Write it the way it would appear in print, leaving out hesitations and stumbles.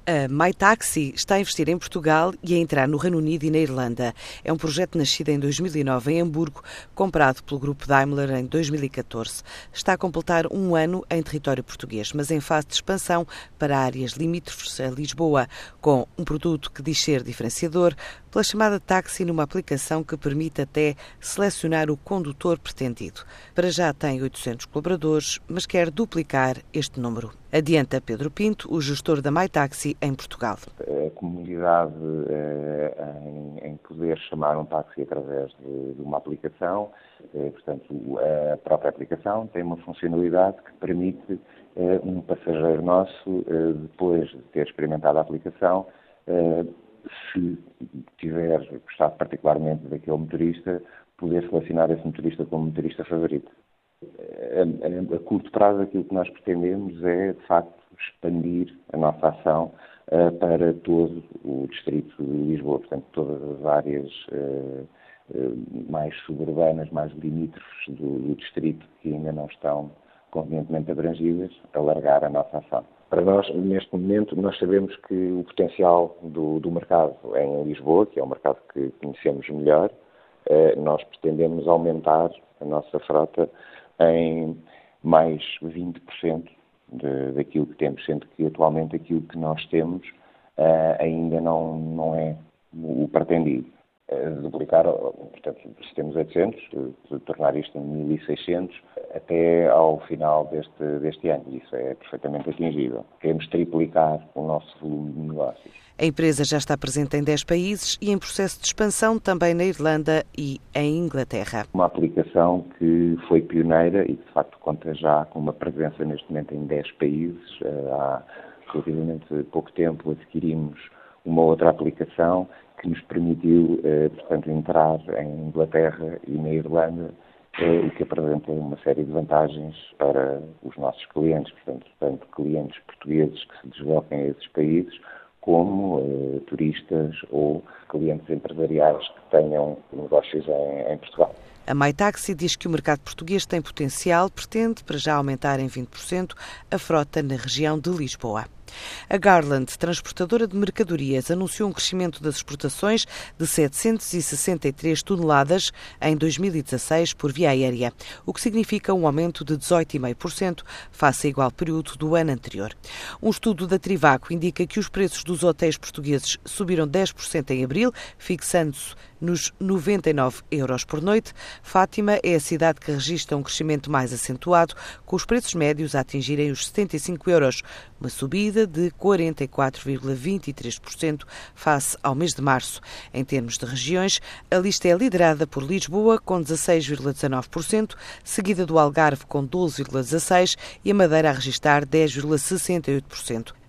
A MyTaxi está a investir em Portugal e a entrar no Reino Unido e na Irlanda. É um projeto nascido em 2009 em Hamburgo, comprado pelo grupo Daimler em 2014. Está a completar um ano em território português, mas em fase de expansão para áreas limítrofes a Lisboa, com um produto que diz ser diferenciador, pela chamada táxi numa aplicação que permite até selecionar o condutor pretendido. Para já tem 800 colaboradores, mas quer duplicar este número. Adianta Pedro Pinto, o gestor da MyTaxi em Portugal. A comunidade em poder chamar um táxi através de uma aplicação, portanto, a própria aplicação tem uma funcionalidade que permite um passageiro nosso, depois de ter experimentado a aplicação, se tiver gostado particularmente daquele motorista, poder selecionar esse motorista como motorista favorito. A curto prazo, aquilo que nós pretendemos é, de facto, expandir a nossa ação para todo o distrito de Lisboa, portanto, todas as áreas mais suburbanas, mais limítrofes do distrito que ainda não estão convenientemente abrangidas, alargar a nossa ação. Para nós, neste momento, nós sabemos que o potencial do mercado em Lisboa, que é um mercado que conhecemos melhor, nós pretendemos aumentar a nossa frota em mais 20% daquilo que temos, sendo que atualmente aquilo que nós temos ainda não é o pretendido. Duplicar, portanto, se temos 800, tornar isto em 1.600 até ao final deste ano. Isso é perfeitamente atingível. Queremos triplicar o nosso volume de negócios. A empresa já está presente em 10 países e em processo de expansão também na Irlanda e em Inglaterra. Uma aplicação que foi pioneira e, de facto, conta já com uma presença neste momento em 10 países. Há relativamente pouco tempo adquirimos uma outra aplicação que nos permitiu, portanto, entrar em Inglaterra e na Irlanda e que apresenta uma série de vantagens para os nossos clientes, portanto, tanto clientes portugueses que se desloquem a esses países, como turistas ou clientes empresariais que tenham negócios em Portugal. A MyTaxi diz que o mercado português tem potencial, pretende para já aumentar em 20% a frota na região de Lisboa. A Garland, transportadora de mercadorias, anunciou um crescimento das exportações de 763 toneladas em 2016 por via aérea, o que significa um aumento de 18,5% face ao igual período do ano anterior. Um estudo da Trivago indica que os preços dos hotéis portugueses subiram 10% em abril, fixando-se nos 99 euros por noite. Fátima é a cidade que registra um crescimento mais acentuado, com os preços médios a atingirem os 75 euros, uma subida de 44,23% face ao mês de março. Em termos de regiões, a lista é liderada por Lisboa, com 16,19%, seguida do Algarve, com 12,16% e a Madeira a registrar 10,68%.